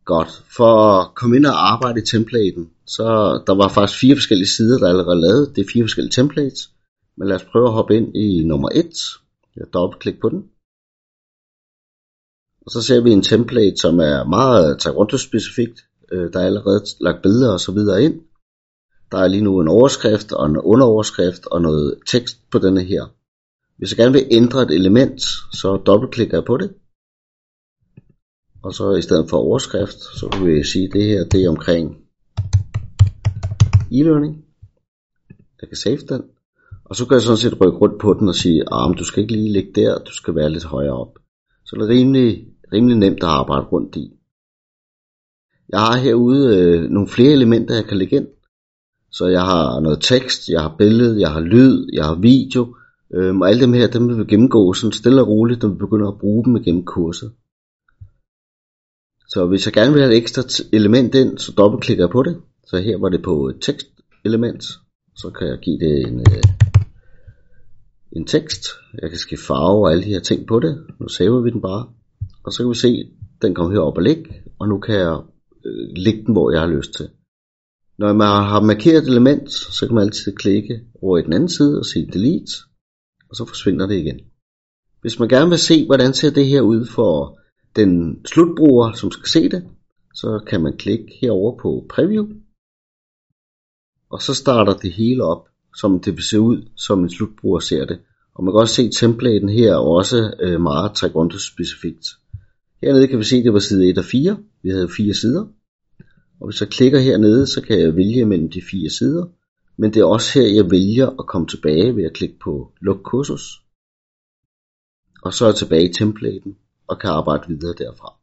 Godt. For at komme ind og arbejde i templaten, så der var faktisk 4 forskellige sider, der allerede lavet. Det er 4 forskellige templates. Men lad os prøve at hoppe ind i nummer 1. Jeg dobbeltklik på den. Og så ser vi en template, som er meget Taekwondo-specifikt. Der er allerede lagt billeder og så videre ind. Der er lige nu en overskrift og en underoverskrift og noget tekst på denne her. Hvis jeg gerne vil ændre et element, så dobbeltklikker jeg på det. Og så i stedet for overskrift, så kan vi sige, at det her det er omkring e-learning. Jeg kan save den. Og så kan jeg sådan set rykke rundt på den og sige, men du skal ikke lige ligge der, du skal være lidt højere op. Så det er rimelig nemt at arbejde rundt i. Jeg har herude nogle flere elementer, jeg kan lægge ind. Så jeg har noget tekst, jeg har billede, jeg har lyd, jeg har video. Og alle dem her, dem vil vi gennemgå sådan stille og roligt, når vi begynder at bruge dem igennem kurset. Så hvis jeg gerne vil have et ekstra element ind, så dobbeltklikker jeg på det. Så her var det på et tekstelement. Så kan jeg give det en tekst. Jeg kan skifte farve og alle de her ting på det. Nu saver vi den bare. Og så kan vi se, at den kommer herop og ligge. Og nu kan jeg lægge den, hvor jeg har lyst til. Når man har markeret et element, så kan man altid klikke over i den anden side og sige delete. Og så forsvinder det igen. Hvis man gerne vil se, hvordan ser det her ud for den slutbruger, som skal se det, så kan man klikke herover på preview. Og så starter det hele op, som det vil se ud, som en slutbruger ser det. Og man kan også se templaten her, også meget Taekwondo specifikt. Hernede kan vi se, at det var side 1 og 4. Vi havde 4 sider. Og hvis jeg klikker hernede, så kan jeg vælge mellem de 4 sider. Men det er også her, jeg vælger at komme tilbage ved at klikke på luk kursus. Og så er jeg tilbage i templaten og kan arbejde videre derfra.